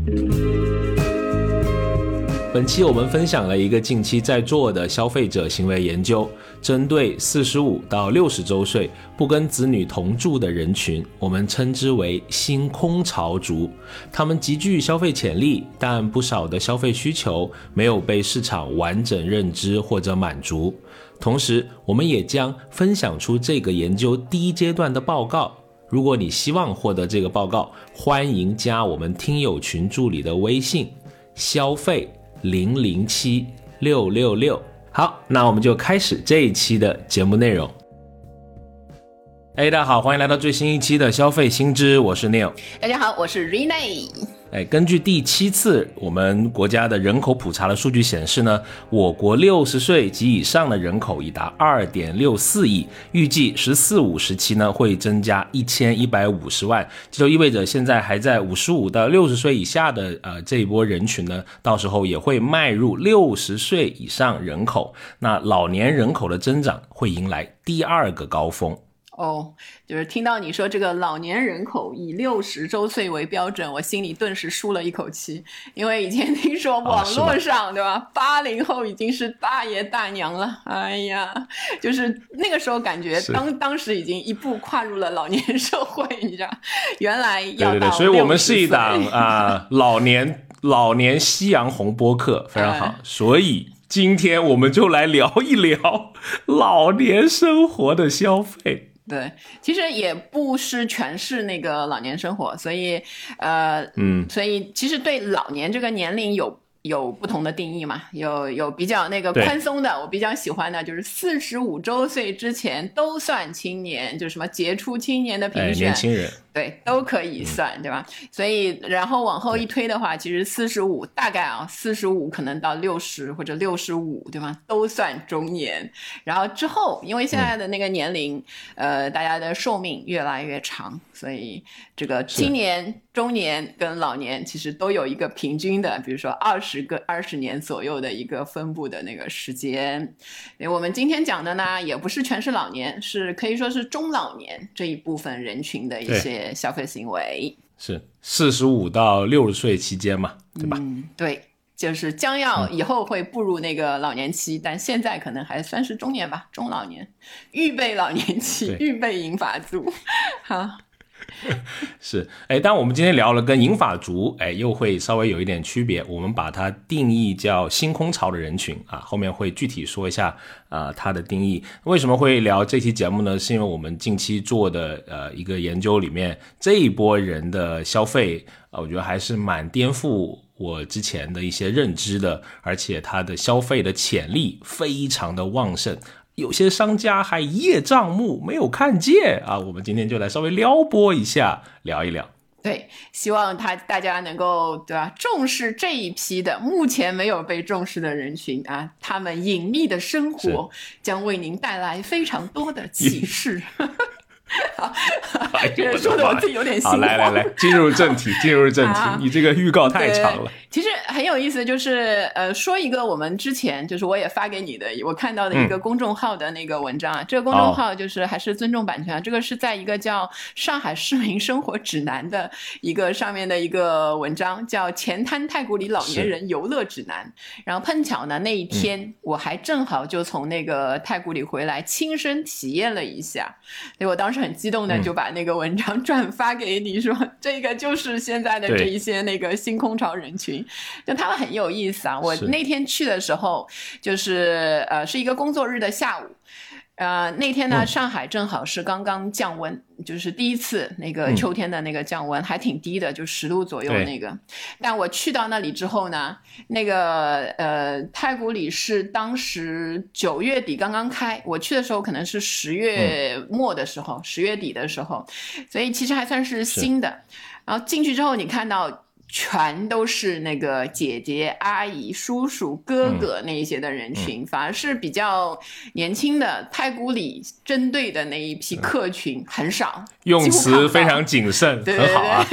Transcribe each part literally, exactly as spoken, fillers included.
本期我们分享了一个近期在做的消费者行为研究，针对四十五到六十周岁不跟子女同住的人群，我们称之为新空巢族。他们极具消费潜力，但不少的消费需求没有被市场完整认知或者满足。同时，我们也将分享出这个研究第一阶段的报告。如果你希望获得这个报告，欢迎加我们听友群助理的微信，消费零零七六六六。好，那我们就开始这一期的节目内容。哎，大家好，欢迎来到最新一期的消费新知，我是 Neil。 大家好，我是 Renee。 哎，根据第七次我们国家的人口普查的数据显示呢，我国六十岁及以上的人口已达 二点六四亿，预计十四五时期呢会增加一千一百五十万，这就意味着现在还在五十五到六十岁以下的呃这一波人群呢，到时候也会迈入六十岁以上人口，那老年人口的增长会迎来第二个高峰。 哦，就是听到你说这个老年人口以六十周岁为标准，我心里顿时舒了一口气，因为以前听说网络上、啊、对吧，八零后已经是大爷大娘了，哎呀，就是那个时候感觉当当时已经一步跨入了老年社会，你知道，原来要到六十岁。对对对， 所以我们是一档啊、呃、老年老年夕阳红播客，非常好，哎、所以。今天我们就来聊一聊老年生活的消费。 对，其实也不是全是那个老年生活，所以呃，嗯，所以其实对老年这个年龄有有不同的定义嘛，有有比较那个宽松的，我比较喜欢的就是四十五周岁之前都算青年，就是什么杰出青年的评选， 哎、年轻人。 对，都可以算、嗯、对吧？所以然后往后一推的话，其实四十五大概啊四十五可能到六十或者六十五，对吧？都算中年。然后之后因为现在的那个年龄、嗯、呃大家的寿命越来越长，所以这个青年中年跟老年其实都有一个平均的，比如说二十个二十年左右的一个分布的那个时间。我们今天讲的呢也不是全是老年，是可以说是中老年这一部分人群的一些消费行为， 是四十五到六十岁期间嘛，对吧？ 嗯，对，就是将要以后会步入那个老年期、嗯、但现在可能还算是中年吧，中老年，预备老年期，预备银发族。好。 是，哎，但我们今天聊了跟银发族，哎，又会稍微有一点区别。我们把它定义叫新空巢的人群啊，后面会具体说一下啊、呃、它的定义。为什么会聊这期节目呢？是因为我们近期做的呃一个研究里面，这一波人的消费，呃，我觉得还是蛮颠覆我之前的一些认知的，而且它的消费的潜力非常的旺盛。有些商家还一叶障目没有看见啊，我们今天就来稍微撩拨一下，聊一聊。 对，希望他大家能够对吧，重视这一批的目前没有被重视的人群啊，他们隐秘的生活将为您带来非常多的启示。好，这个说的我自己有点心慌。 好，来来来，进入正题，进入正题。你这个预告太长了。 其实很有意思，就是呃，说一个我们之前就是我也发给你的，我看到的一个公众号的那个文章啊。嗯、这个公众号就是还是尊重版权啊，哦、这个是在一个叫《上海市民生活指南》的一个上面的一个文章，叫《前滩太古里老年人游乐指南》。然后碰巧呢，那一天、嗯、我还正好就从那个太古里回来，亲身体验了一下，所以我当时很激动的就把那个文章转发给你，说、嗯、这个就是现在的这一些那个新空巢人群，就他们很有意思啊。我那天去的时候就是呃是一个工作日的下午，呃那天呢、嗯、上海正好是刚刚降温，就是第一次那个秋天的那个降温、嗯、还挺低的，就十度左右那个。但我去到那里之后呢，那个呃太古里是当时九月底刚刚开，我去的时候可能是十月末的时候，十、嗯、月底的时候，所以其实还算是新的。然后进去之后你看到全都是那个姐姐阿姨叔叔哥哥那一些的人群、嗯、反而是比较年轻的太古里针对的那一批客群很少， 用词非常谨慎， 对对对， 很好啊。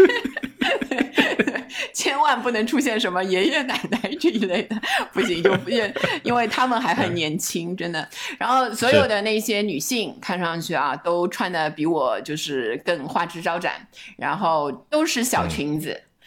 千万不能出现什么爷爷奶奶这一类的，不行，就不因为他们还很年轻，真的。然后所有的那些女性看上去啊，都穿的比我就是更花枝招展，然后都是小裙子。嗯，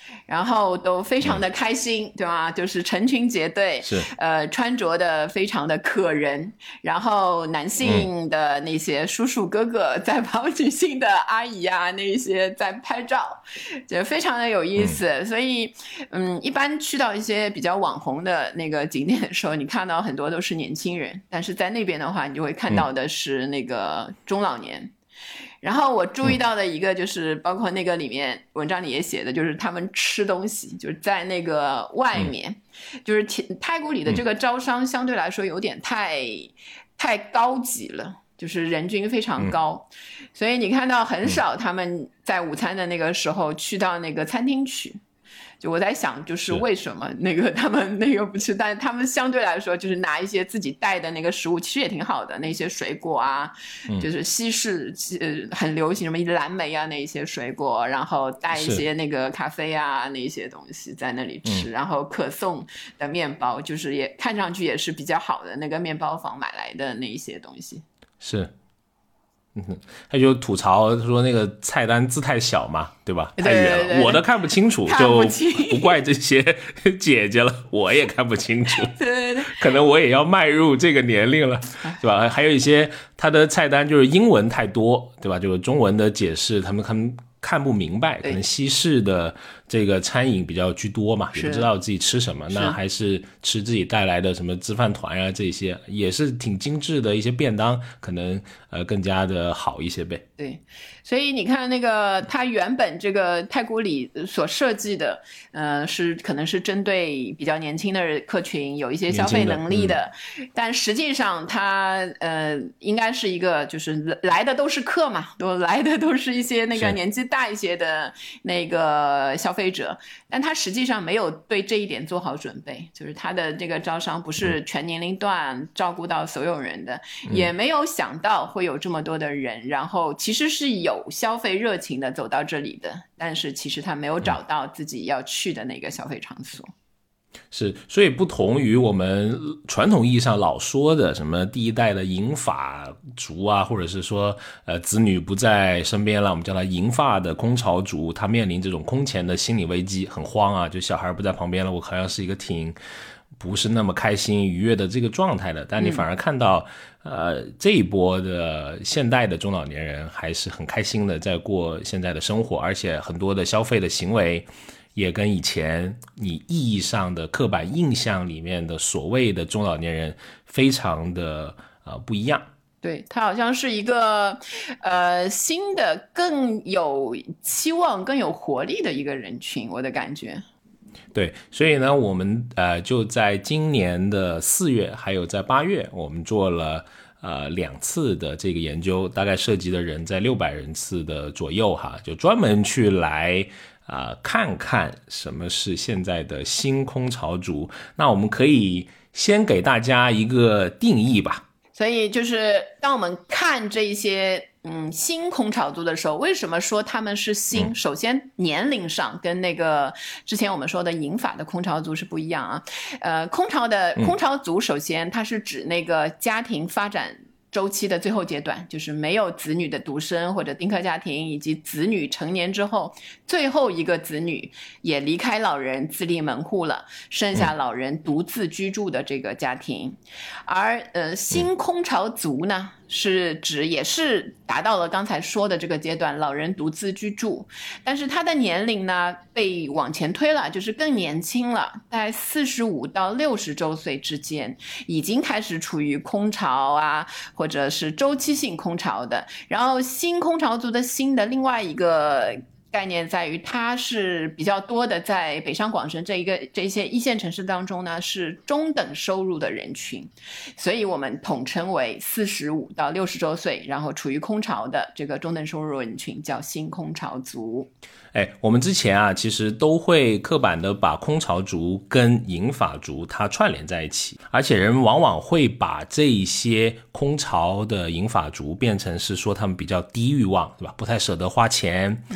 然后都非常的开心，嗯、对吧？就是成群结队， 是呃，穿着的非常的可人，然后男性的那些叔叔哥哥在帮女性的阿姨啊，那些在拍照，就非常的有意思。嗯、所以，嗯，一般去到一些比较网红的那个景点的时候，你看到很多都是年轻人，但是在那边的话，你就会看到的是那个中老年。嗯然后我注意到的一个就是包括那个里面文章里也写的，就是他们吃东西就是在那个外面、嗯、就是太古里的这个招商相对来说有点太、嗯、太高级了，就是人均非常高、嗯、所以你看到很少他们在午餐的那个时候去到那个餐厅去，就我在想就是为什么那个他们那个不吃，但是他们相对来说就是拿一些自己带的那个食物其实也挺好的，那些水果啊、嗯、就是西式呃很流行什么蓝莓啊那些水果，然后带一些那个咖啡啊那些东西在那里吃、嗯、然后可颂的面包就是也看上去也是比较好的那个面包房买来的那一些东西。 是嗯，他就吐槽说那个菜单字太小嘛，对吧？太远了， 对对对， 我都看不清楚， 看不就不怪这些姐姐了，我也看不清楚。 对对对， 可能我也要迈入这个年龄了，对吧？还有一些他的菜单就是英文太多，对吧？就是中文的解释他们他们看不明白，可能西式的这个餐饮比较居多嘛，也不知道自己吃什么，那还是吃自己带来的什么自饭团啊，这些也是挺精致的一些便当，可能呃更加的好一些呗。 对，所以你看那个它原本这个太古里所设计的呃是可能是针对比较年轻的客群，有一些消费能力 的, 的、嗯、但实际上它呃应该是一个就是来的都是客嘛，都来的都是一些那个年纪大一些的那个消费者，但它实际上没有对这一点做好准备，就是它的这个招商不是全年龄段照顾到所有人的、嗯、也没有想到会有这么多的人，然后其实是有消费热情的走到这里的，但是其实他没有找到自己要去的那个消费场所。 是，所以不同于我们传统意义上老说的什么第一代的银发族啊，或者是说呃子女不在身边了，我们叫他银发的空巢族，他面临这种空前的心理危机，很慌啊，就小孩不在旁边了，我好像是一个挺不是那么开心愉悦的这个状态的，但你反而看到、嗯、呃这一波的现代的中老年人还是很开心的在过现在的生活，而且很多的消费的行为也跟以前你意义上的刻板印象里面的所谓的中老年人非常的呃不一样。 对，它好像是一个呃新的更有期望更有活力的一个人群，我的感觉。 对，所以呢我们呃就在今年的四月还有在八月我们做了呃两次的这个研究，大概涉及的人在六百人次的左右哈，就专门去来啊、呃，看看什么是现在的新空巢族。那我们可以先给大家一个定义吧。 所以就是当我们看这些嗯新空巢族的时候，为什么说他们是新、嗯、首先年龄上跟那个之前我们说的银发的空巢族是不一样啊。呃，空巢的空巢族首先它是指那个家庭发展周期的最后阶段，就是没有子女的独生或者丁克家庭，以及子女成年之后最后一个子女也离开老人自立门户了，剩下老人独自居住的这个家庭。而呃新空巢族呢是指也是达到了刚才说的这个阶段，老人独自居住，但是他的年龄呢被往前推了，就是更年轻了，在四十五到六十周岁之间，已经开始处于空巢啊，或者是周期性空巢的。然后新空巢族的新的另外一个概念在于，它是比较多的在北上广深这一个这些一线城市当中呢，是中等收入的人群，所以我们统称为四十五到六十周岁，然后处于空巢的这个中等收入人群叫新空巢族。 哎，我们之前啊，其实都会刻板的把空巢族跟银发族它串联在一起，而且人往往会把这一些空巢的银发族变成是说他们比较低欲望，对吧？不太舍得花钱，嗯，呃，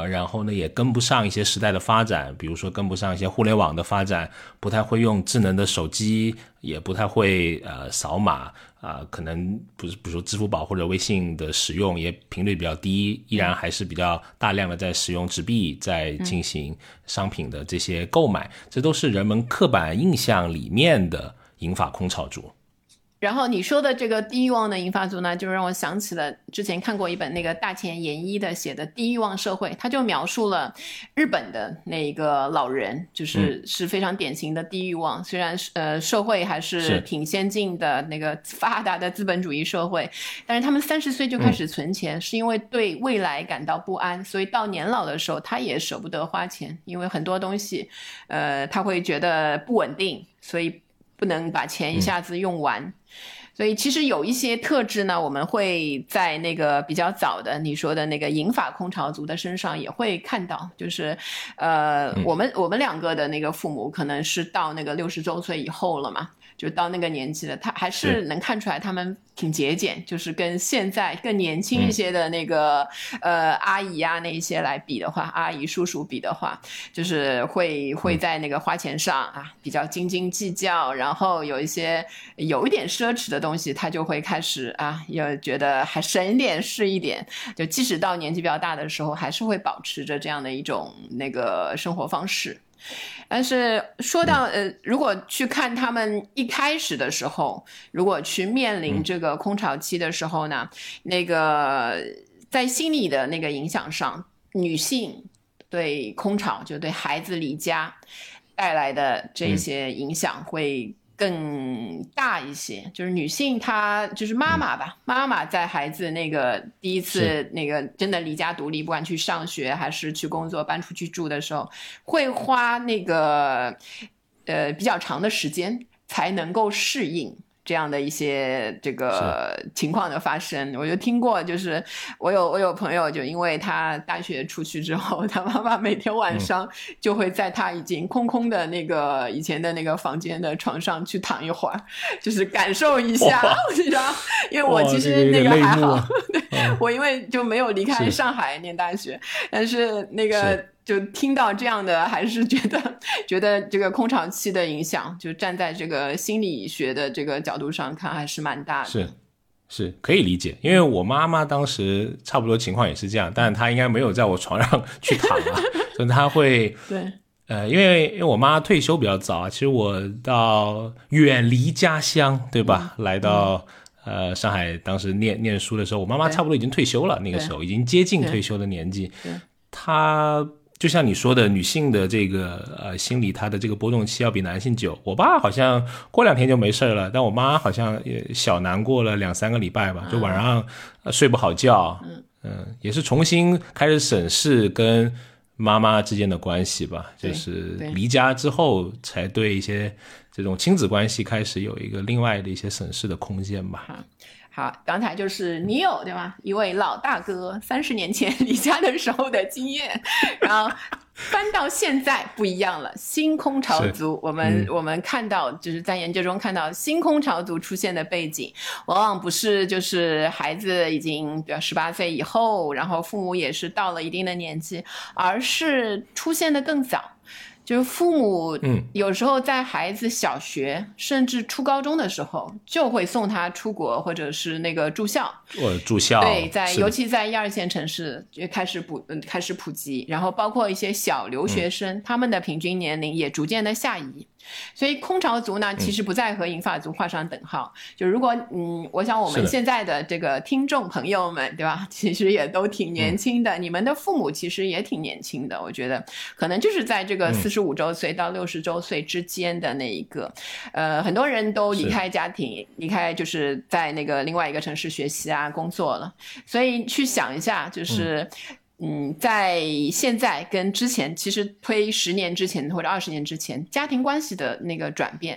呃，然后呢也跟不上一些时代的发展，比如说跟不上一些互联网的发展，不太会用智能的手机，也不太会呃扫码啊、呃，可能不是比如说支付宝或者微信的使用也频率比较低，依然还是比较大量的在使用纸币在进行商品的这些购买，这都是人们刻板印象里面的银发空巢族。 然后你说的这个低欲望的银发族呢，就让我想起了之前看过一本那个大前研一的写的《低欲望社会》，他就描述了日本的那个老人，就是是非常典型的低欲望。嗯、虽然呃社会还是挺先进的那个发达的资本主义社会，但是他们三十岁就开始存钱、嗯，是因为对未来感到不安，所以到年老的时候他也舍不得花钱，因为很多东西呃他会觉得不稳定，所以不能把钱一下子用完。嗯，所以其实有一些特质呢，我们会在那个比较早的你说的那个银发空巢族的身上也会看到，就是呃，我们我们两个的那个父母可能是到那个六十周岁以后了嘛，就到那个年纪了，他还是能看出来他们挺节俭，就是跟现在更年轻一些的那个、嗯、呃阿姨啊那一些来比的话，阿姨叔叔比的话，就是会会在那个花钱上啊比较斤斤计较，然后有一些有一点奢侈的东西他就会开始啊有觉得还省一点是一点，就即使到年纪比较大的时候还是会保持着这样的一种那个生活方式。但是说到呃，如果去看他们一开始的时候，如果去面临这个空巢期的时候呢，那个在心理的那个影响上，女性对空巢就对孩子离家带来的这些影响会更大一些，就是女性她就是妈妈吧、嗯、妈妈在孩子那个第一次那个真的离家独立，不管去上学还是去工作搬出去住的时候，会花那个呃比较长的时间才能够适应这样的一些这个情况的发生。我就听过，就是我有我有朋友就因为他大学出去之后，他妈妈每天晚上就会在他已经空空的那个以前的那个房间的床上去躺一会儿，就是感受一下，你知道，因为我其实那个还好、这个啊、我因为就没有离开上海念大学，但是那个就听到这样的还是觉得觉得这个空巢期的影响，就站在这个心理学的这个角度上看还是蛮大的。 是是可以理解，因为我妈妈当时差不多情况也是这样，但她应该没有在我床上去躺啊所以她会对呃，因为因为我妈退休比较早，其实我到远离家乡对吧、嗯、来到、嗯、呃上海当时念念书的时候，我妈妈差不多已经退休了，那个时候已经接近退休的年纪，她就像你说的，女性的这个呃心理，她的这个波动期要比男性久。我爸好像过两天就没事了，但我妈好像也小难过了两三个礼拜吧，就晚上、呃、睡不好觉，嗯、呃，也是重新开始审视跟妈妈之间的关系吧，就是离家之后才对一些这种亲子关系开始有一个另外的一些审视的空间吧。 好，刚才就是你有对吧？一位老大哥三十年前离家的时候的经验，然后翻到现在不一样了。新空巢族，我们、嗯、我们看到就是在研究中看到新空巢族出现的背景，往往不是就是孩子已经比如十八岁以后，然后父母也是到了一定的年纪，而是出现的更早。就是父母有时候在孩子小学、嗯、甚至初高中的时候就会送他出国或者是那个住校， 呃住校， 对，在尤其在一二线城市就开始普开始普及，然后包括一些小留学生、嗯、他们的平均年龄也逐渐的下移。所以空巢族呢其实不再和银发族画上等号、嗯、就如果嗯，我想我们现在的这个听众朋友们对吧，其实也都挺年轻的、嗯、你们的父母其实也挺年轻的，我觉得可能就是在这个四十五周岁到六十周岁之间的那一个、嗯、呃，很多人都离开家庭，离开就是在那个另外一个城市学习啊工作了，所以去想一下就是嗯嗯，在现在跟之前，其实推十年之前或者二十年之前，家庭关系的那个转变，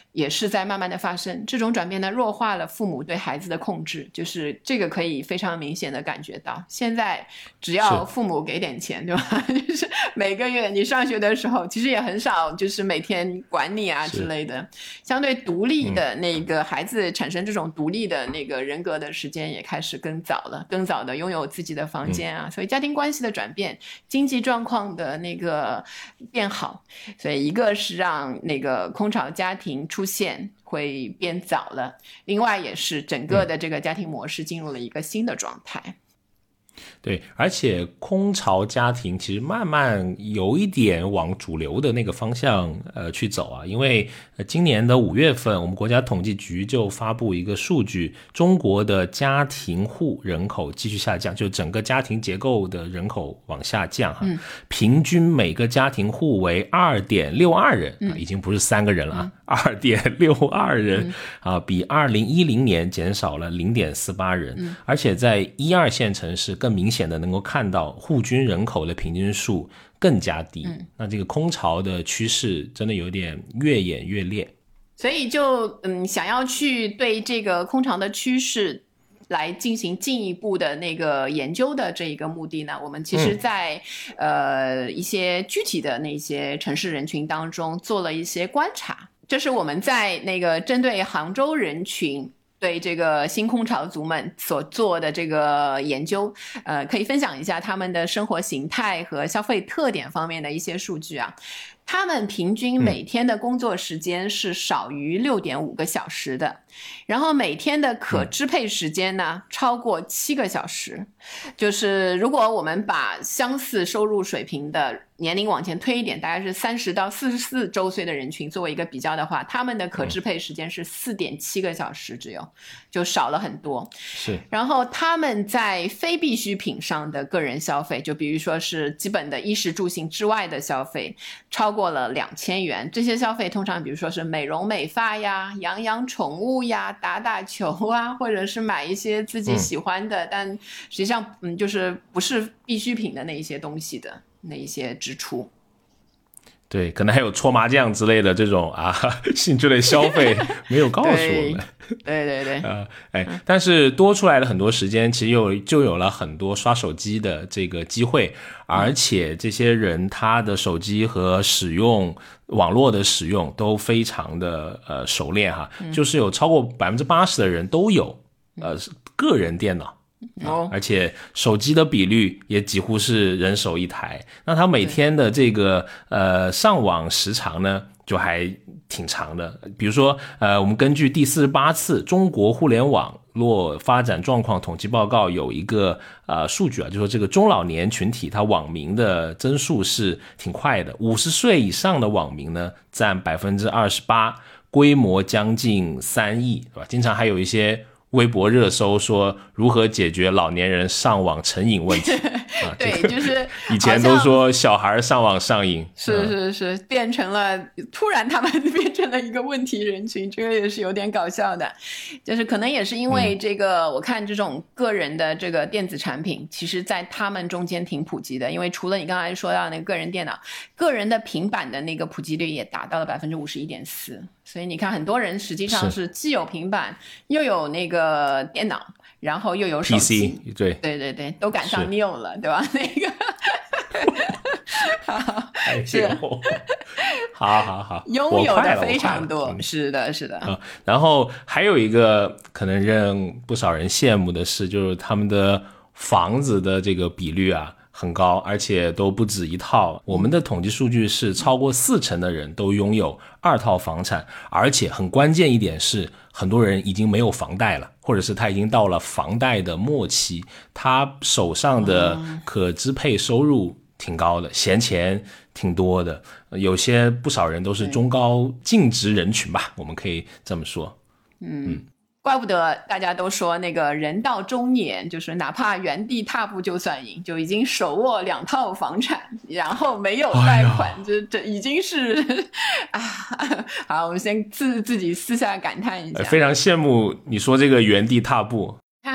也是在慢慢的发生。这种转变呢，弱化了父母对孩子的控制，就是这个可以非常明显的感觉到。现在只要父母给点钱，对吧？就是每个月你上学的时候，其实也很少就是每天管你啊之类的。相对独立的那个孩子产生这种独立的那个人格的时间也开始更早了，更早的拥有自己的房间啊。所以家庭关系的转变，经济状况的那个变好，所以一个是让那个空巢家庭出现会变早了，另外也是整个的这个家庭模式进入了一个新的状态。 对，而且空巢家庭其实慢慢有一点往主流的那个方向呃去走啊，因为、呃、今年的五月份，我们国家统计局就发布一个数据，中国的家庭户人口继续下降，就整个家庭结构的人口往下降哈，嗯、平均每个家庭户为 二点六二 人、嗯啊，已经不是三个人了啊， 二点六二 人、嗯、啊，比二零一零年减少了 零点四八 人、嗯，而且在一二线城市更明显的能够看到户均人口的平均数更加低、嗯、那这个空巢的趋势真的有点越演越烈。 所以就嗯，想要去对这个空巢的趋势来进行进一步的那个研究的这一个目的呢，我们其实在、嗯、呃一些具体的那些城市人群当中做了一些观察。这是我们在那个针对杭州人群对这个新空巢族们所做的这个研究，呃，可以分享一下他们的生活形态和消费特点方面的一些数据啊。他们平均每天的工作时间是少于 六点五个小时的、嗯、然后每天的可支配时间呢、嗯、超过七个小时。就是如果我们把相似收入水平的年龄往前推一点，大概是三十到四十四周岁的人群作为一个比较的话，他们的可支配时间是 四点七个小时，只有就少了很多。 是。 然后他们在非必需品上的个人消费，就比如说是基本的衣食住行之外的消费，超过了两千元。这些消费通常比如说是美容美发呀，养养宠物呀，打打球啊，或者是买一些自己喜欢的、嗯、但实际上嗯就是不是必需品的那一些东西的那一些支出。 对，可能还有搓麻将之类的这种啊兴趣类消费没有告诉我们。 对对对， 呃，哎、嗯，但是多出来的很多时间，其实有就有了很多刷手机的这个机会，而且这些人他的手机和使用网络的使用都非常的呃熟练哈，嗯、就是有超过百分之八十的人都有呃个人电脑。哦、而且手机的比率也几乎是人手一台，那他每天的这个呃上网时长呢就还挺长的。比如说呃我们根据第四十八次中国互联网络发展状况统计报告有一个呃数据啊，就说这个中老年群体它网民的增速是挺快的，五十岁以上的网民呢占 百分之二十八， 规模将近三亿，对吧？经常还有一些微博热搜说如何解决老年人上网成瘾问题啊、 对、这个、就是以前都说小孩上网上瘾， 是是是、嗯、变成了突然他们变成了一个问题人群，这个也是有点搞笑的。就是可能也是因为这个、嗯、我看这种个人的这个电子产品其实在他们中间挺普及的，因为除了你刚才说到那个个人电脑，个人的平板的那个普及率也达到了 百分之五十一点四， 所以你看很多人实际上是既有平板又有那个电脑，然后又有手机 P C， 对对对对，都赶上 Neo 了，对吧？那个好，是， 好好好， 拥有的非常多，是的，是的、 嗯。然后还有一个可能让不少人羡慕的是，就是他们的房子的这个比率啊很高，而且都不止一套。我们的统计数据是超过四成的人都拥有二套房产，而且很关键一点是，很多人已经没有房贷了，或者是他已经到了房贷的末期，他手上的可支配收入挺高的，闲钱挺多的，有些不少人都是中高净值人群吧，我们可以这么说。 嗯。嗯，怪不得大家都说那个人到中年，就是哪怕原地踏步就算赢，就已经手握两套房产，然后没有贷款，哎、这这已经是啊。好，我们先自自己私下感叹一下， 非常羡慕你说这个原地踏步。 看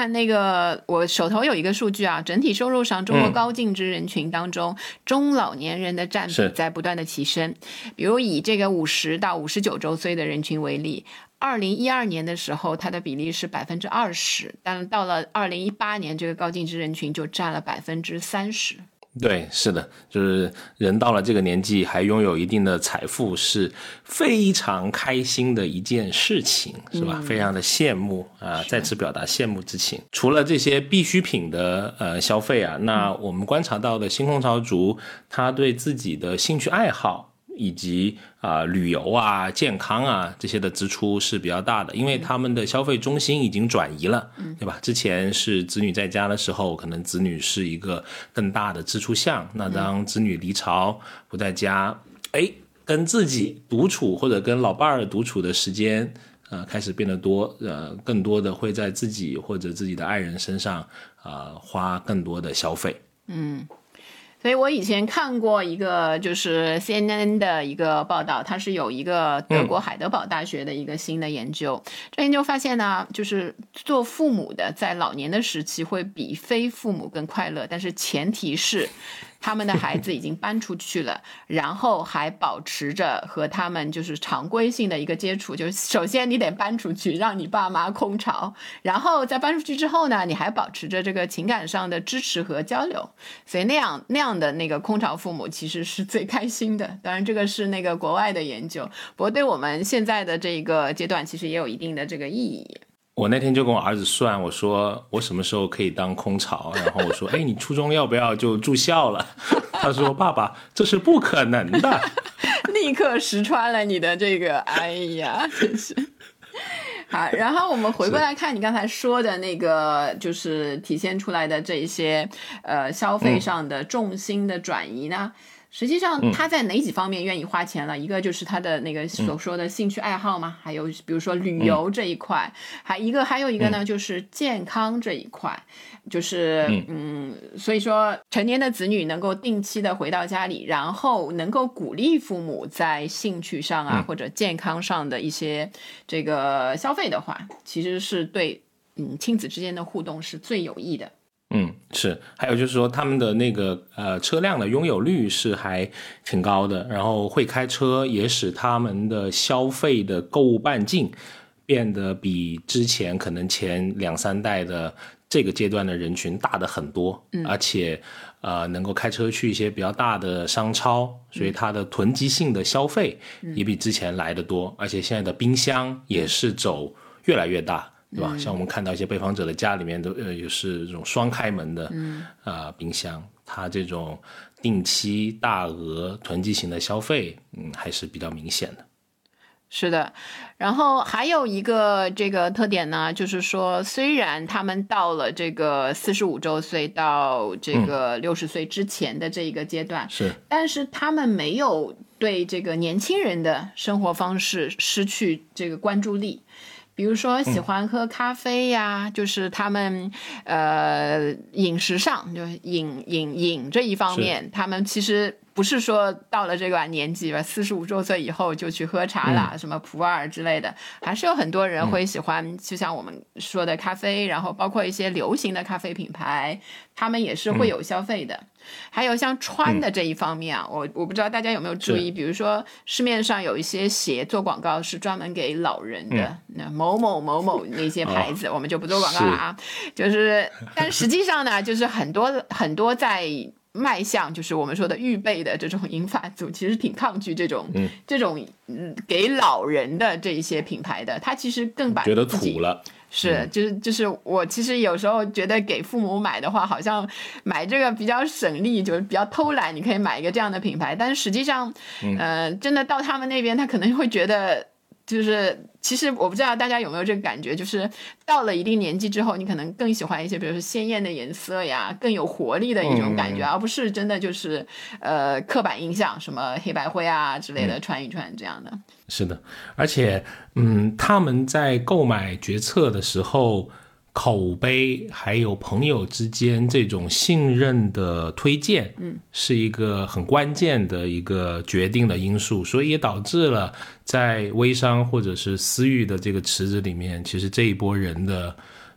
看那个，我手头有一个数据啊，整体收入上，中国高净值人群当中，嗯、中老年人的占比在不断的提升。比如以这个五十到五十九周岁的人群为例，二零一二年的时候，它的比例是百分之二十，但到了二零一八年，这个高净值人群就占了百分之三十。 对，是的，就是人到了这个年纪还拥有一定的财富是非常开心的一件事情，是吧？嗯、非常的羡慕啊、呃，在此表达羡慕之情。除了这些必需品的呃消费啊，那我们观察到的新空巢族，他对自己的兴趣爱好以及啊、呃、旅游啊、健康啊这些的支出是比较大的，因为他们的消费中心已经转移了，嗯、对吧？之前是子女在家的时候，可能子女是一个更大的支出项，那当子女离巢不在家，哎，跟自己独处或者跟老伴儿独处的时间，呃，开始变得多，呃，更多的会在自己或者自己的爱人身上，啊、呃，花更多的消费。嗯。 所以我以前看过一个就是 C N N 的一个报道，它是有一个德国海德堡大学的一个新的研究，嗯、这研究发现呢，就是做父母的在老年的时期会比非父母更快乐，但是前提是他们的孩子已经搬出去了，然后还保持着和他们就是常规性的一个接触，就是首先你得搬出去，让你爸妈空巢，然后在搬出去之后呢，你还保持着这个情感上的支持和交流，所以那样那样的那个空巢父母其实是最开心的。当然这个是那个国外的研究，不过对我们现在的这个阶段其实也有一定的这个意义。 我那天就跟我儿子算，我说我什么时候可以当空巢，然后我说哎，你初中要不要就住校了？他说爸爸，这是不可能的。 立刻识穿了你的这个，哎呀真是。好，然后我们回过来看你刚才说的那个就是体现出来的这一些呃消费上的重心的转移呢，嗯实际上他在哪几方面愿意花钱了？嗯、一个就是他的那个所说的兴趣爱好嘛，嗯、还有比如说旅游这一块，嗯、还一个还有一个呢，嗯、就是健康这一块，就是嗯, 嗯，所以说成年的子女能够定期的回到家里，然后能够鼓励父母在兴趣上啊、嗯、或者健康上的一些这个消费的话，其实是对嗯亲子之间的互动是最有益的。 嗯，是，还有就是说他们的那个呃车辆的拥有率是还挺高的，然后会开车也使他们的消费的购物半径变得比之前可能前两三代的这个阶段的人群大的很多，嗯、而且呃能够开车去一些比较大的商超，所以它的囤积性的消费也比之前来得多，嗯、而且现在的冰箱也是走越来越大。对吧？像我们看到一些被访者的家里面都呃也是这种双开门的，嗯呃冰箱，它这种定期大额囤积型的消费，嗯还是比较明显的。 是的，然后还有一个这个特点呢，就是说虽然他们到了这个四十五周岁到这个六十岁之前的这一个阶段，嗯、 是， 但是他们没有对这个年轻人的生活方式失去这个关注力。比如说喜欢喝咖啡呀，嗯、就是他们呃饮食上就饮饮饮这一方面，他们其实不是说到了这个年纪吧，四十五周岁以后就去喝茶啦，嗯、什么普洱之类的，还是有很多人会喜欢，嗯、就像我们说的咖啡，然后包括一些流行的咖啡品牌，他们也是会有消费的。嗯、还有像穿的这一方面啊，嗯、我我不知道大家有没有注意，比如说市面上有一些鞋做广告是专门给老人的，那、嗯、某某某某那些牌子，哦、我们就不做广告了啊。是就是，但实际上呢，就是很多很多在迈向就是我们说的预备的这种银发族，其实挺抗拒这种、嗯、这种、嗯、给老人的这一些品牌的，他其实更把觉得土了。 是，就是就是我其实有时候觉得给父母买的话，好像买这个比较省力，就是比较偷懒，你可以买一个这样的品牌，但是实际上，嗯、呃，真的到他们那边，他可能会觉得。就是其实我不知道大家有没有这个感觉，就是到了一定年纪之后，你可能更喜欢一些比如说鲜艳的颜色呀，更有活力的一种感觉，嗯、而不是真的就是呃刻板印象什么黑白灰啊之类的、嗯、穿一穿这样的。 是的，而且嗯他们在购买决策的时候，口碑还有朋友之间这种信任的推荐，嗯，是一个很关键的一个决定的因素，所以也导致了在微商或者是私域的这个池子里面，其实这一波人的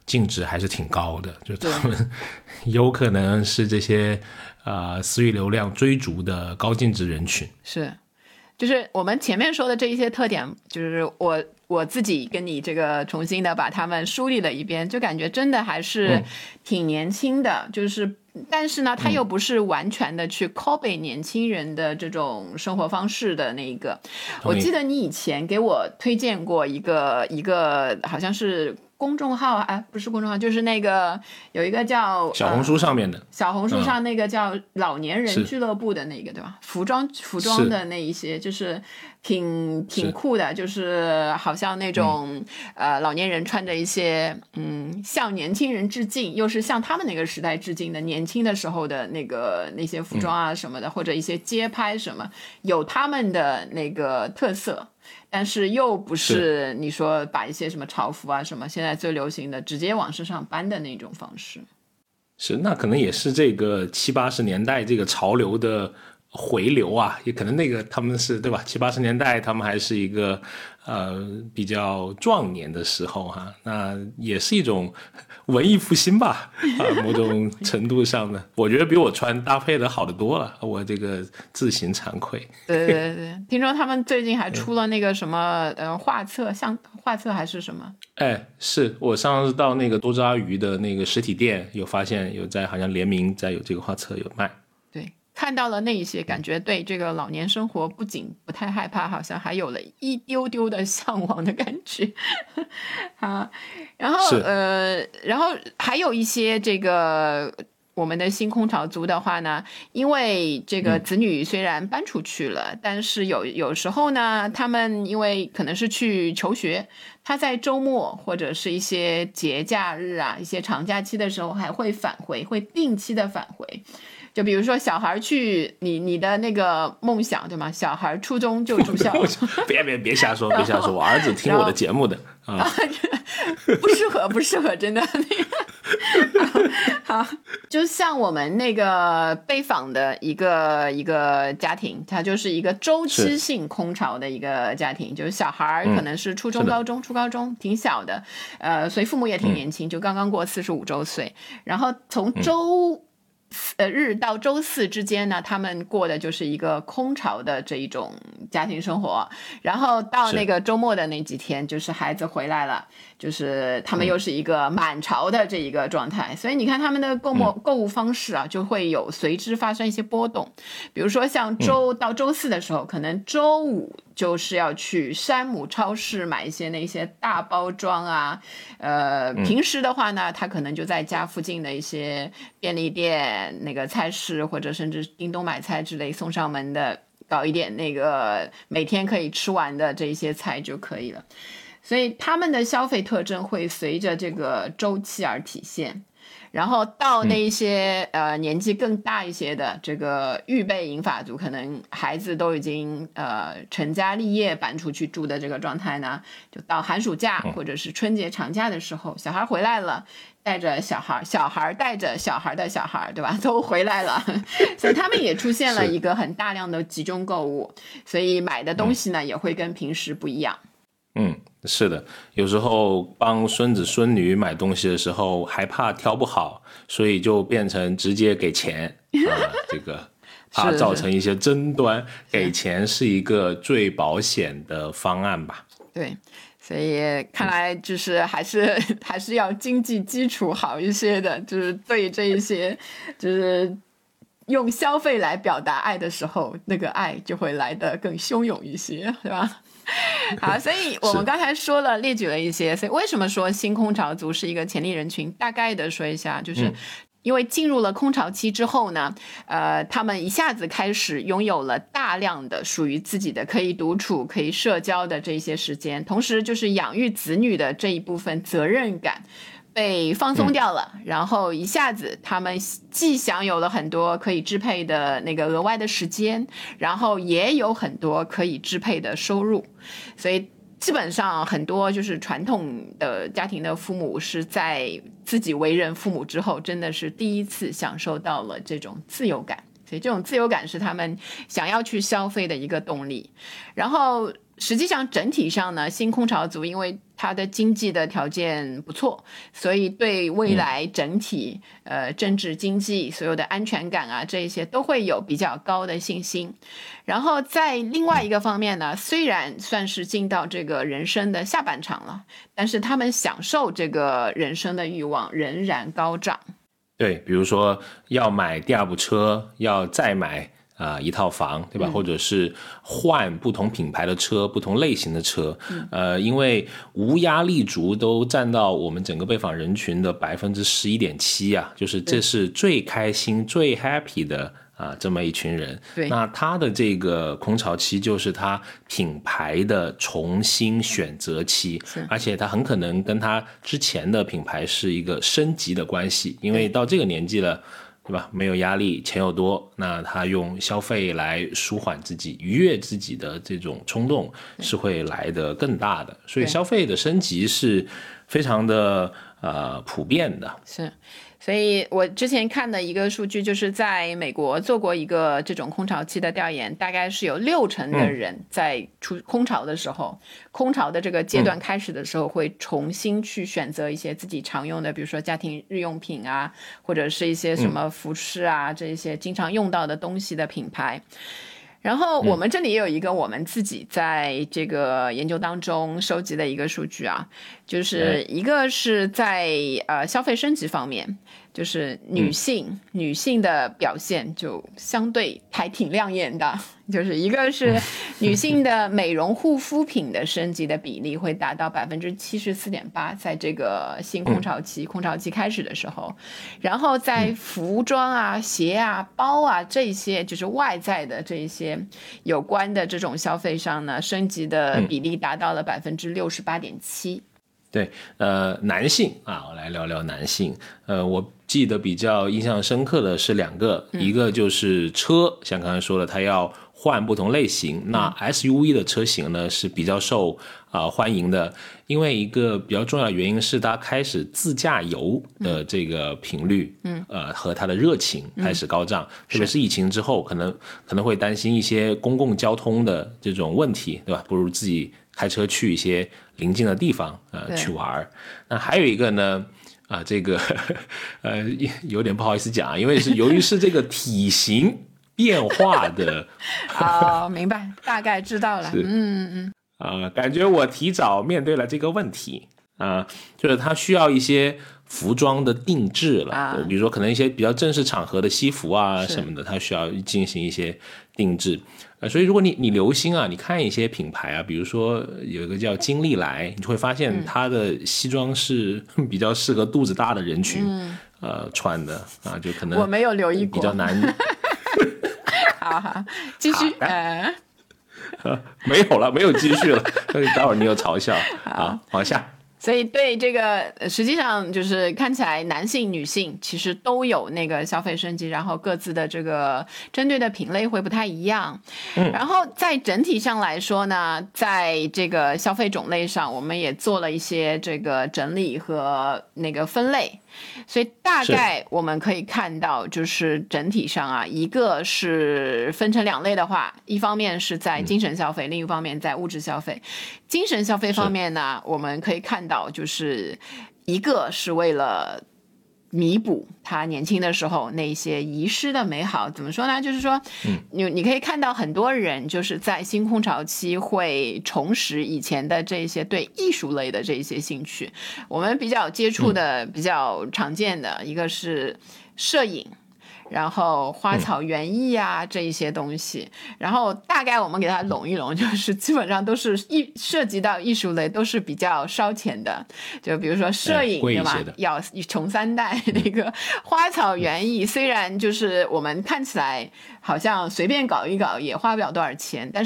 净值还是挺高的，就他们有可能是这些呃私域流量追逐的高净值人群。 是，就是我们前面说的这一些特点，就是我我自己跟你这个重新的把他们梳理了一遍，就感觉真的还是挺年轻的，嗯、就是但是呢，他又不是完全的去 copy 年轻人的这种生活方式的那一个。我记得你以前给我推荐过一个一个好像是公众号，哎，不是公众号，就是那个有一个叫小红书上面的、呃、 小红书上那个叫老年人俱乐部的那个，对吧？服装服装的那一些，就是挺挺酷的，就是好像那种、嗯、呃老年人穿着一些嗯向年轻人致敬，又是向他们那个时代致敬的年轻的时候的那个那些服装啊什么的、嗯、或者一些街拍什么，有他们的那个特色。但是又不是你说把一些什么潮服啊什么现在最流行的直接往身上搬的那种方式。 是，那可能也是这个七八十年代这个潮流的回流啊，也可能那个他们是对吧？七八十年代他们还是一个呃比较壮年的时候哈，那也是一种文艺复兴吧啊，某种程度上的，我觉得比我穿搭配的好得多了，我这个自行惭愧。 对对对，听说他们最近还出了那个什么呃画册，像画册还是什么？ 哎，是我上次到那个多抓鱼的那个实体店，有发现有在好像联名在有这个画册有卖。 对。看到了那一些，感觉对这个老年生活不仅不太害怕，好像还有了一丢丢的向往的感觉。啊，然后呃，然后还有一些这个我们的新空巢族的话呢，因为这个子女虽然搬出去了，嗯、但是有有时候呢，他们因为可能是去求学，他在周末或者是一些节假日啊、一些长假期的时候，还会返回，会定期的返回。就比如说小孩去你你的那个梦想对吗？小孩初中就住校， 别别别瞎说，别瞎说，我儿子听我的节目的啊， 不适合不适合，真的那个好，就像我们那个被访的一个一个家庭，它就是一个周期性空巢的一个家庭，就是小孩可能是初中、嗯、高中、初高中挺小的，呃，所以父母也挺年轻，嗯、就刚刚过四十五周岁，然后从周。嗯呃，日到周四之间呢，他们过的就是一个空巢的这一种家庭生活，然后到那个周末的那几天，就是孩子回来了，就是他们又是一个满巢的这一个状态，嗯、所以你看他们的购物购物方式啊，就会有随之发生一些波动，比如说像周到周四的时候，嗯、可能周五就是要去山姆超市买一些那些大包装啊，呃，平时的话呢，他可能就在家附近的一些便利店。那个菜市或者甚至叮咚买菜之类送上门的，搞一点那个每天可以吃完的这些菜就可以了。所以他们的消费特征会随着这个周期而体现。然后到那一些、嗯、呃年纪更大一些的这个预备银发族，可能孩子都已经呃成家立业搬出去住的这个状态呢，就到寒暑假或者是春节长假的时候，小孩回来了，带着小孩，小孩带着小孩的小孩，对吧？都回来了，所以他们也出现了一个很大量的集中购物，所以买的东西呢、嗯、也会跟平时不一样。 嗯，是的，有时候帮孙子孙女买东西的时候害怕挑不好，所以就变成直接给钱啊、呃，这个怕造成一些争端，给钱是一个最保险的方案吧。 对，所以看来就是还是、嗯、还是要经济基础好一些的，就是对这一些就是用消费来表达爱的时候，那个爱就会来得更汹涌一些，对吧？好，所以我们刚才说了列举了一些，所以为什么说新空巢族是一个潜力人群，大概的说一下，就是因为进入了空巢期之后呢，呃，他们一下子开始拥有了大量的属于自己的可以独处可以社交的这些时间，同时就是养育子女的这一部分责任感被放松掉了、嗯、然后一下子他们既享有了很多可以支配的那个额外的时间，然后也有很多可以支配的收入，所以基本上很多就是传统的家庭的父母是在自己为人父母之后真的是第一次享受到了这种自由感。 所以这种自由感是他们想要去消费的一个动力。然后实际上整体上呢，新空巢族因为它的经济的条件不错，所以对未来整体、嗯、呃政治经济所有的安全感啊，这一些都会有比较高的信心。然后在另外一个方面呢，虽然算是进到这个人生的下半场了，但是他们享受这个人生的欲望仍然高涨。 对，比如说要买第二部车，要再买啊、呃、一套房，对吧、嗯？或者是换不同品牌的车，不同类型的车，嗯、呃，因为无压力族都占到我们整个被访人群的百分之十一点七啊，就是这是最开心、最 happy 的。啊，这么一群人， 对， 那他的这个空巢期就是他品牌的重新选择期，而且他很可能跟他之前的品牌是一个升级的关系，因为到这个年纪了，对吧？没有压力，钱又多，那他用消费来舒缓自己、愉悦自己的这种冲动是会来得更大的，所以消费的升级是非常的呃普遍的。 是。所以我之前看的一个数据，就是在美国做过一个这种空巢期的调研，大概是有六成的人在出空巢的时候、嗯、空巢的这个阶段开始的时候，会重新去选择一些自己常用的，比如说家庭日用品啊，或者是一些什么服饰啊、嗯、这些经常用到的东西的品牌。然后我们这里也有一个我们自己在这个研究当中收集的一个数据啊，就是一个是在呃消费升级方面，就是女性、嗯、女性的表现就相对还挺亮眼的，就是一个是女性的美容护肤品的升级的比例会达到百分之七十四点八，在这个新空巢期、嗯、空巢期开始的时候，然后在服装啊、鞋啊、包啊这些就是外在的这些有关的这种消费上呢，升级的比例达到了百分之六十八点七。 对，呃，男性啊，我来聊聊男性。呃，我记得比较印象深刻的是两个，嗯、一个就是车，像刚才说的，他要换不同类型。嗯、那 S U V 的车型呢是比较受啊、呃、欢迎的，因为一个比较重要的原因是它开始自驾游的这个频率，嗯，呃，和它的热情开始高涨。嗯、特别是疫情之后，可能可能会担心一些公共交通的这种问题，对吧？不如自己开车去一些邻近的地方呃去玩。那还有一个呢啊、呃、这个呃有点不好意思讲，因为是由于是这个体型变化的哦，明白，大概知道了。嗯嗯啊、呃、感觉我提早面对了这个问题啊、呃、就是它需要一些服装的定制了、啊、比如说可能一些比较正式场合的西服啊什么的，它需要进行一些定制。呃，所以如果你你留心啊，你看一些品牌啊，比如说有一个叫金利来，你会发现它的西装是比较适合肚子大的人群、嗯、呃穿的啊，就可能我没有留意过， 比较难。 好好，继续。呃， 没有了，没有继续了。待会儿你有嘲笑啊，往下。 所以对这个实际上就是看起来男性女性其实都有那个消费升级，然后各自的这个针对的品类会不太一样、嗯、然后在整体上来说呢，在这个消费种类上我们也做了一些这个整理和那个分类，所以大概我们可以看到就是整体上啊，一个是分成两类的话，一方面是在精神消费、嗯、另一方面在物质消费。精神消费方面呢，我们可以看到就是一个是为了弥补他年轻的时候那些遗失的美好。怎么说呢，就是说、嗯、你你可以看到很多人就是在新空巢期会重拾以前的这些对艺术类的这些兴趣。我们比较接触的、嗯、比较常见的一个是摄影，然后花草园艺啊、嗯、这一些东西，然后大概我们给它拢一拢，就是基本上都是艺涉及到艺术类都是比较烧钱的，就比如说摄影、哎、对吧，要穷三代、嗯、那个花草园艺、嗯、虽然就是我们看起来好像随便搞一搞也花不了多少钱，但是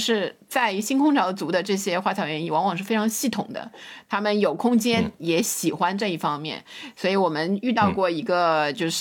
在新空巢族的这些花草园艺往往是非常系统的，他们有空间、嗯、也喜欢这一方面，所以我们遇到过一个就是、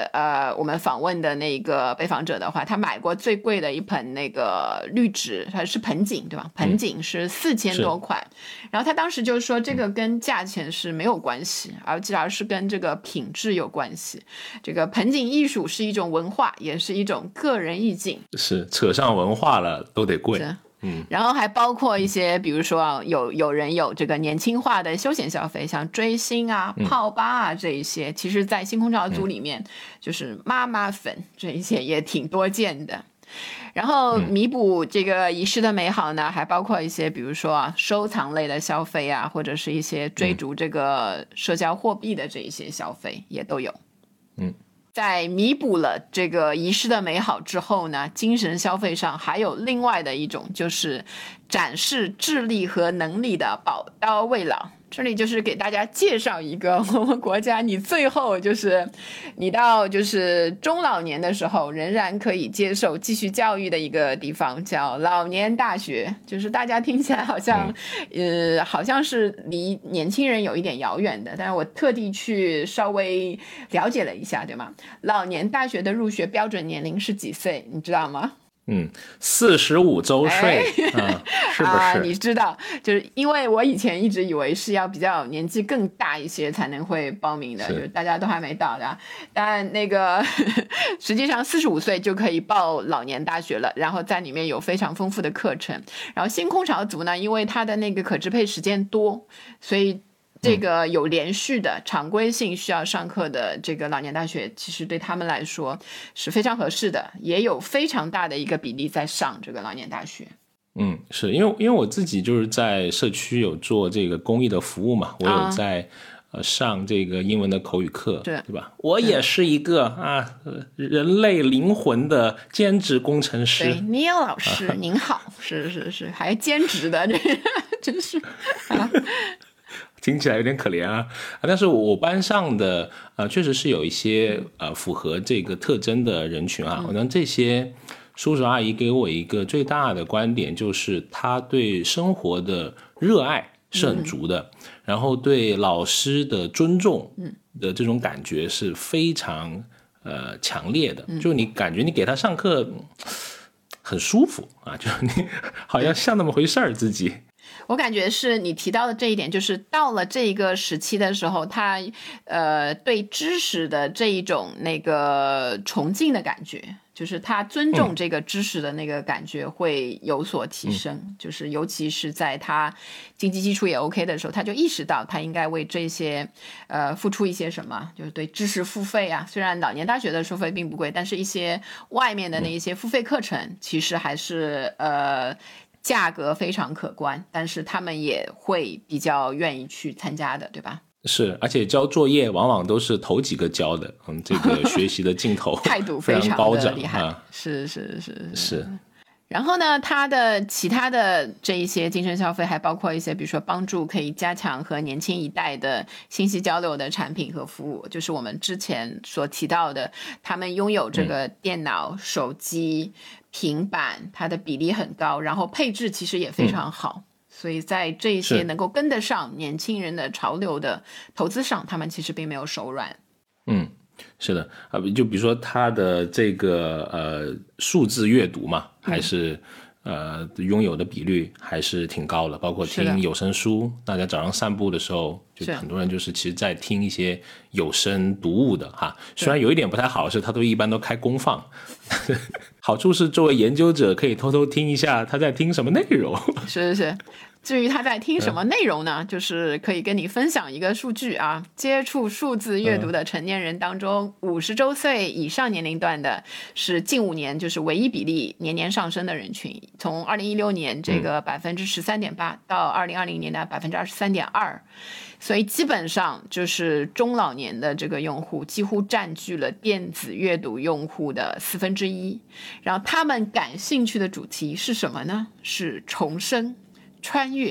嗯、呃，我们访问的那个被访者的话，他买过最贵的一盆那个绿植，它是盆景对吧？盆景是四千多块、嗯，然后他当时就说这个跟价钱是没有关系，而且而是跟这个品质有关系。这个盆景艺术是一种文化，也是一种个人意境， 是扯上文化了都得贵。 嗯，然后还包括一些比如说有有人有这个年轻化的休闲消费，像追星啊、泡吧啊这一些、嗯、其实在新空巢族里面、嗯、就是妈妈粉这一些也挺多见的。然后弥补这个仪式的美好呢，还包括一些比如说收藏类的消费啊，或者是一些追逐这个社交货币的这一些消费也都有。 嗯， 在弥补了这个仪式的美好之后呢，精神消费上还有另外的一种，就是展示智力和能力的宝刀未老。这里就是给大家介绍一个我们国家你最后就是你到就是中老年的时候仍然可以接受继续教育的一个地方，叫老年大学。就是大家听起来好像、嗯、呃，好像是离年轻人有一点遥远的，但是我特地去稍微了解了一下，对吗？老年大学的入学标准年龄是几岁你知道吗？ 嗯，四十五周岁、哎嗯、是不是、 啊、你知道，就是因为我以前一直以为是要比较年纪更大一些才能会报名的，就是大家都还没到的，但那个实际上四十五岁就可以报老年大学了，然后在里面有非常丰富的课程。然后新空巢族呢，因为它的那个可支配时间多，所以这个有连续的常规性需要上课的这个老年大学，其实对他们来说是非常合适的，也有非常大的一个比例在上这个老年大学。 嗯，是因为因为我自己就是在社区有做这个公益的服务嘛，我有在、啊呃、上这个英文的口语课，对吧？我也是一个啊人类灵魂的兼职工程师。 对，尼尔老师、啊、您好，是是是，还兼职的，这真是啊。 听起来有点可怜啊，但是我班上的呃确实是有一些呃符合这个特征的人群啊。那、嗯、这些叔叔阿姨给我一个最大的观点，就是他对生活的热爱是很足的，嗯、然后对老师的尊重的这种感觉是非常呃强烈的，嗯、就你感觉你给他上课很舒服啊，就你好像像那么回事儿自己。 我感觉是你提到的这一点，就是到了这个时期的时候，他呃对知识的这一种那个崇敬的感觉，就是他尊重这个知识的那个感觉会有所提升、嗯、就是尤其是在他经济基础也 OK 的时候，他就意识到他应该为这些呃付出一些什么，就是对知识付费啊。虽然老年大学的收费并不贵，但是一些外面的那一些付费课程其实还是呃价格非常可观，但是他们也会比较愿意去参加的，对吧？ 是，而且交作业往往都是头几个交的，嗯，这个学习的劲头态度非常高涨，厉害、啊、是是是是, 是。 然后呢，它的其他的这一些精神消费还包括一些比如说帮助可以加强和年轻一代的信息交流的产品和服务，就是我们之前所提到的，他们拥有这个电脑、嗯、手机、平板，它的比例很高，然后配置其实也非常好、嗯、所以在这一些能够跟得上年轻人的潮流的投资上，他们其实并没有手软。 嗯，是的，就比如说它的这个呃数字阅读嘛，还是、嗯、呃拥有的比率还是挺高的，包括听有声书，大家早上散步的时候，就很多人就是其实在听一些有声读物的哈。虽然有一点不太好是，它都一般都开公放，好处是作为研究者可以偷偷听一下他在听什么内容。 是是是。至于他在听什么内容呢、嗯、就是可以跟你分享一个数据啊，接触数字阅读的成年人当中，五十周岁以上年龄段的是近五年就是唯一比例年年上升的人群，从二零一六年这个 百分之十三点八 到二零二零年的 百分之二十三点二， 所以基本上就是中老年的这个用户几乎占据了电子阅读用户的四分之一，然后他们感兴趣的主题是什么呢？是重生、穿越、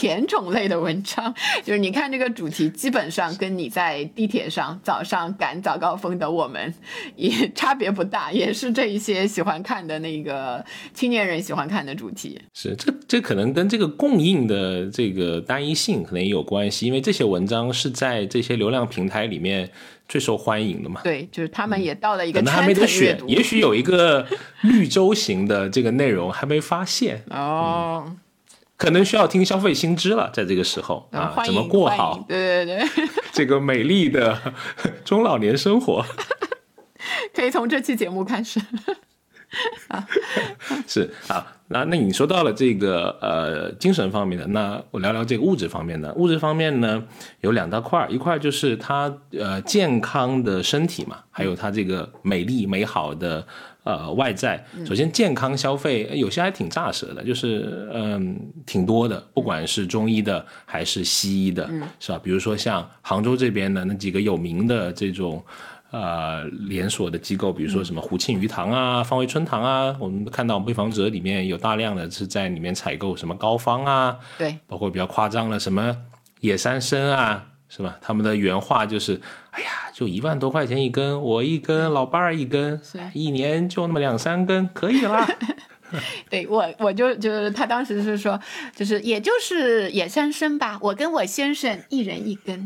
甜宠类的文章，就是你看这个主题基本上跟你在地铁上早上赶早高峰的我们也差别不大，也是这一些喜欢看的那个青年人喜欢看的主题。 是这这可能跟这个供应的这个单一性可能也有关系，因为这些文章是在这些流量平台里面最受欢迎的嘛。 对，就是他们也到了一个圈层还没得阅读， 选，也许有一个绿洲型的这个内容还没发现哦、 嗯，可能需要听消费新知了，在这个时候、嗯、啊，怎么过好对对对这个美丽的中老年生活， 可以从这期节目开始。 啊是啊，那那你说到了这个呃精神方面的，那我聊聊这个物质方面的。物质方面呢，有两大块，一块就是它呃健康的身体嘛，还有它这个美丽美好的呃外在。首先健康消费有些还挺炸舌的，就是嗯、呃、挺多的，不管是中医的还是西医的，是吧？比如说像杭州这边的那几个有名的这种。呃，连锁的机构，比如说什么胡庆余堂啊、方为春堂啊，我们看到《被访者》里面有大量的是在里面采购什么膏方啊， 对， 包括比较夸张的什么野山参啊，是吧？他们的原话就是，哎呀，就一万多块钱一根，我一根，老伴儿一根，一年就那么两三根，可以啦。 对我，我就就是他当时是说，就是也就是野山参吧，我跟我先生一人一根。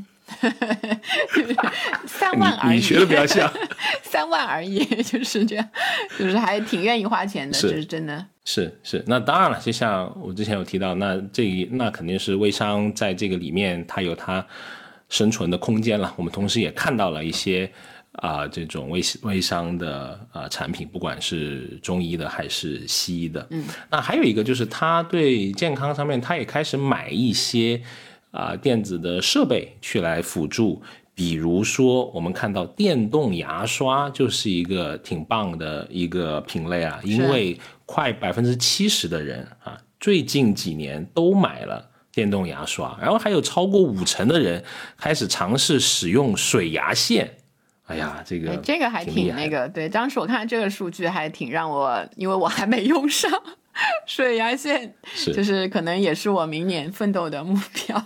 三万而已， 你, 你学的比较像三万而已，就是这样，就是还挺愿意花钱的，这 是, 是真的。 是是，那当然了，就像我之前有提到，那这那肯定是微商在这个里面，它有它生存的空间了。我们同时也看到了一些啊、呃、这种微微商的啊、呃、产品，不管是中医的还是西医的。嗯，那还有一个就是，他对健康上面，他也开始买一些。啊、呃，电子的设备去来辅助，比如说我们看到电动牙刷就是一个挺棒的一个品类啊，因为快百分之七十的人啊，最近几年都买了电动牙刷，然后还有超过五成的人开始尝试使用水牙线。哎呀，这个这个还挺那个，对，当时我看这个数据还挺让我，因为我还没用上。水牙线就是可能也是我明年奋斗的目标。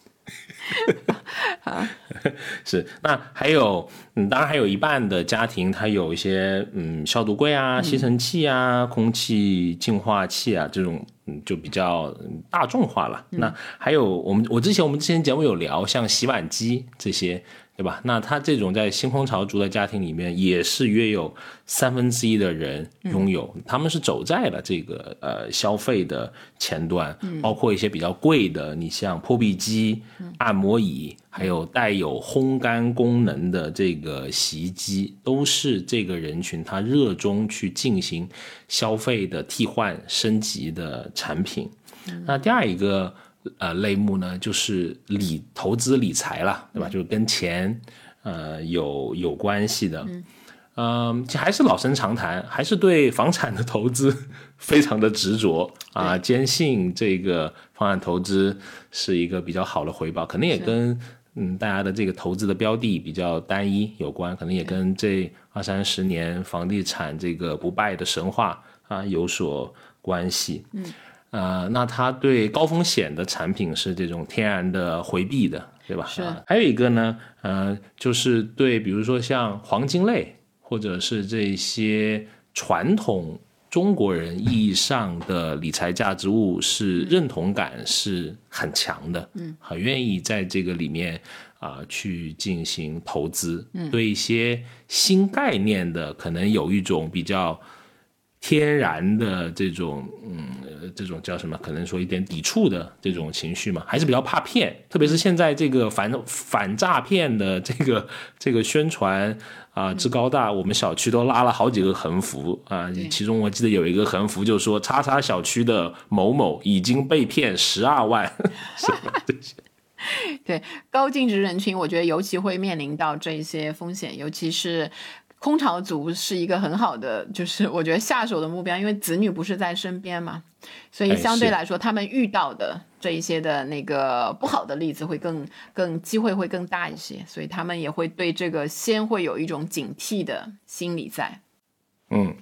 是，那还有，嗯，当然还有一半的家庭，它有一些嗯消毒柜啊、吸尘器啊、嗯、空气净化器啊这种，嗯，就比较大众化了。嗯、那还有我们，我之前我们之前节目有聊，像洗碗机这些。对吧？那他这种在新风潮族的家庭里面，也是约有三分之一的人拥有，嗯、他们是走在了这个呃消费的前端，嗯、包括一些比较贵的，你像破壁机、嗯、按摩椅，还有带有烘干功能的这个洗衣机，都是这个人群他热衷去进行消费的替换升级的产品。嗯、那第二一个。呃，类目呢就是理投资理财啦，对吧？就是跟钱呃有有关系的，嗯，呃，还是老生常谈，还是对房产的投资非常的执着啊，坚信这个房产投资是一个比较好的回报，可能也跟嗯大家的这个投资的标的比较单一有关，可能也跟这二三十年房地产这个不败的神话啊有所关系，嗯。呃，那它对高风险的产品是这种天然的回避的，对吧？ 是。 还有一个呢，呃，就是对，比如说像黄金类，或者是这些传统中国人意义上的理财价值物，是认同感是很强的，嗯，很愿意在这个里面啊、呃、去进行投资。嗯，对一些新概念的，可能有一种比较。天然的这种嗯，这种叫什么？可能说一点抵触的这种情绪嘛，还是比较怕骗。特别是现在这个反反诈骗的这个这个宣传啊、呃、之高大，我们小区都拉了好几个横幅啊、呃，其中我记得有一个横幅就说叉叉小区的某某已经被骗十二万，什么这些。 对，高净值人群，我觉得尤其会面临到这些风险，尤其是。空巢族是一个很好的，就是我觉得下手的目标，因为子女不是在身边嘛，所以相对来说，他们遇到的这一些的那个不好的例子会更更机会会更大一些，所以他们也会对这个先会有一种警惕的心理在。 嗯，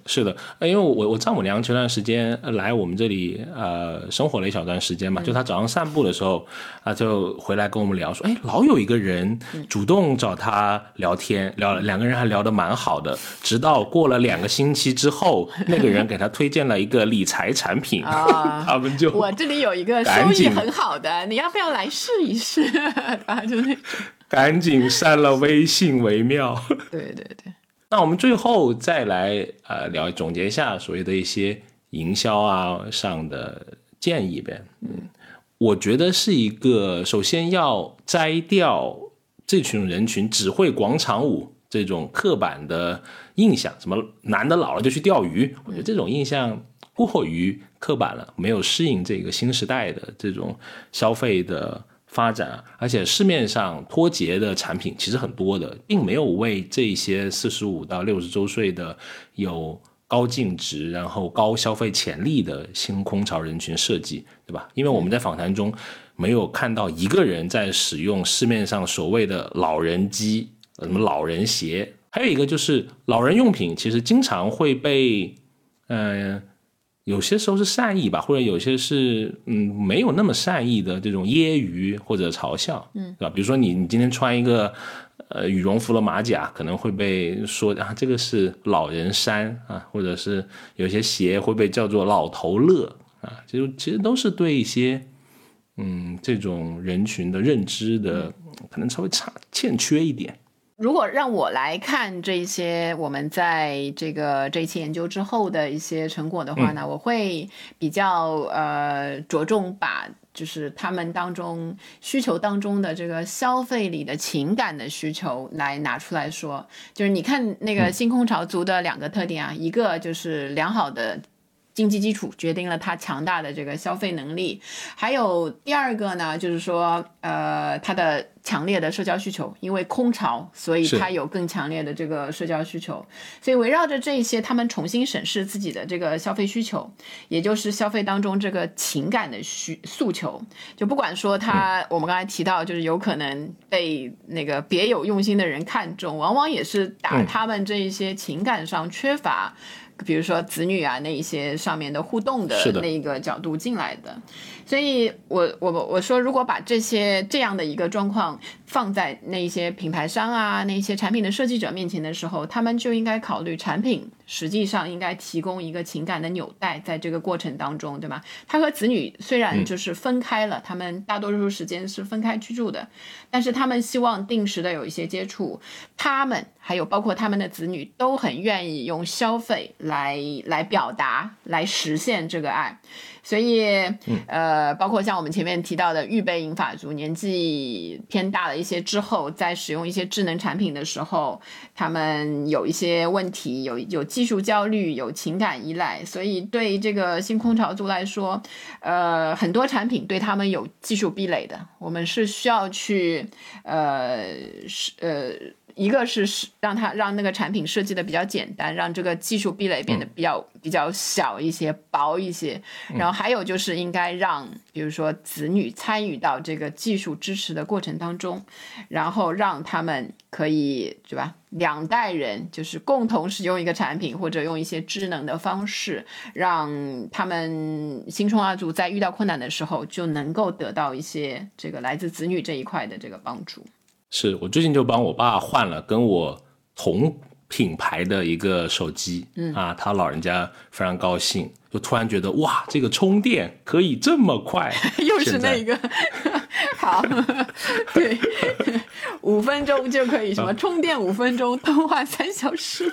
是的，因为我我丈母娘前段时间来我们这里呃生活了一小段时间嘛，就她早上散步的时候啊，就回来跟我们聊说，哎，老有一个人主动找她聊天，聊两个人还聊得蛮好的，直到过了两个星期之后，那个人给她推荐了一个理财产品，啊、他们就我这里有一个收益很好的，你要不要来试一试？啊，就那种赶紧删了微信为妙。 对对对。 那我们最后再来呃聊总结一下所谓的一些营销啊上的建议呗。嗯，我觉得是一个首先要摘掉这群人群只会广场舞这种刻板的印象，什么男的老了就去钓鱼，我觉得这种印象过于刻板了，没有适应这个新时代的这种消费的发展，而且市面上脱节的产品其实很多的，并没有为这些四十五到六十周岁的有高净值然后高消费潜力的新空巢人群设计，对吧？因为我们在访谈中没有看到一个人在使用市面上所谓的老人机，什么老人鞋，还有一个就是老人用品其实经常会被呃有些时候是善意吧，或者有些是嗯没有那么善意的这种揶揄或者嘲笑，嗯，对吧？比如说你你今天穿一个呃羽绒服的马甲，可能会被说啊这个是老人衫啊，或者是有些鞋会被叫做老头乐啊，就其实都是对一些嗯这种人群的认知的可能稍微差欠缺一点。 如果让我来看这些我们在这个这一期研究之后的一些成果的话呢，嗯、我会比较呃着重把就是他们当中需求当中的这个消费里的情感的需求来拿出来说。就是你看那个新空巢族的两个特点啊，嗯、一个就是良好的经济基础决定了他强大的这个消费能力，还有第二个呢，就是说呃他的强烈的社交需求，因为空巢，所以他有更强烈的这个社交需求，所以围绕着这些，他们重新审视自己的这个消费需求，也就是消费当中这个情感的需诉求。就不管说他，嗯、我们刚才提到，就是有可能被那个别有用心的人看中，往往也是打他们这一些情感上缺乏，嗯、比如说子女啊那一些上面的互动的那一个角度进来的。所以我我我说，如果把这些这样的一个状况放在那些品牌商啊，那些产品的设计者面前的时候，他们就应该考虑产品实际上应该提供一个情感的纽带，在这个过程当中，对吗？他和子女虽然就是分开了，嗯、他们大多数时间是分开居住的，但是他们希望定时的有一些接触，他们还有包括他们的子女都很愿意用消费来来表达，来实现这个爱。所以呃，包括像我们前面提到的预备银发族，年纪偏大了一些之后，在使用一些智能产品的时候，他们有一些问题，有有技术焦虑，有情感依赖，所以对这个新空巢族来说，呃，很多产品对他们有技术壁垒的，我们是需要去呃是呃。一个是让它让那个产品设计的比较简单，让这个技术壁垒变得比较、嗯、比较小一些，薄一些。然后还有就是应该让比如说子女参与到这个技术支持的过程当中，然后让他们可以对吧，两代人就是共同使用一个产品，或者用一些智能的方式，让他们新创二族在遇到困难的时候就能够得到一些这个来自子女这一块的这个帮助。 是我最近就帮我爸换了跟我同品牌的一个手机，嗯啊，他老人家非常高兴，就突然觉得哇，这个充电可以这么快， 又是那个好，对，五分钟就可以什么充电五分钟，通话三小时。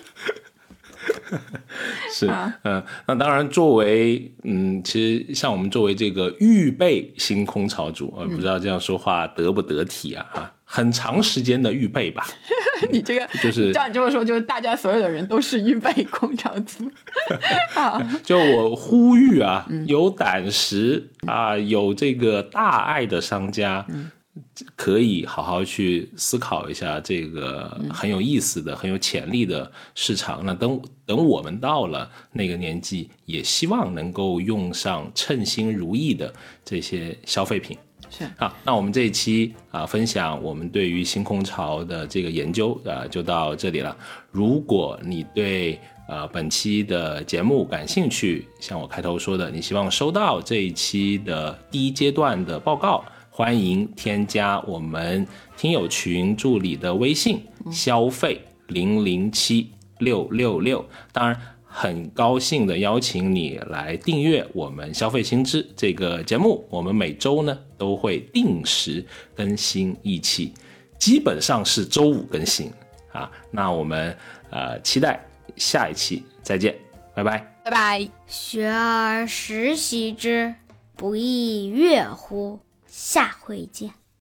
是，嗯，那当然，作为嗯，其实像我们作为这个预备新空巢族，呃，不知道这样说话得不得体啊？啊，很长时间的预备吧。 你这个就是照你这么说，就是大家所有的人都是预备空巢族。 就我呼吁啊，有胆识啊，有这个大爱的商家。嗯，可以好好去思考一下这个很有意思的、嗯、很有潜力的市场。那等等我们到了那个年纪，也希望能够用上称心如意的这些消费品。 是好，那我们这一期啊，分享我们对于新空巢的这个研究啊，就到这里了。如果你对呃本期的节目感兴趣，像我开头说的，你希望收到这一期的第一阶段的报告，欢迎添加我们听友群助理的微信，消费零零七六六六。当然很高兴的邀请你来订阅我们消费新知这个节目，我们每周呢都会定时更新一期，基本上是周五更新啊。那我们呃期待下一期再见，拜拜， 拜拜。 学而时习之，不亦说乎？下回见。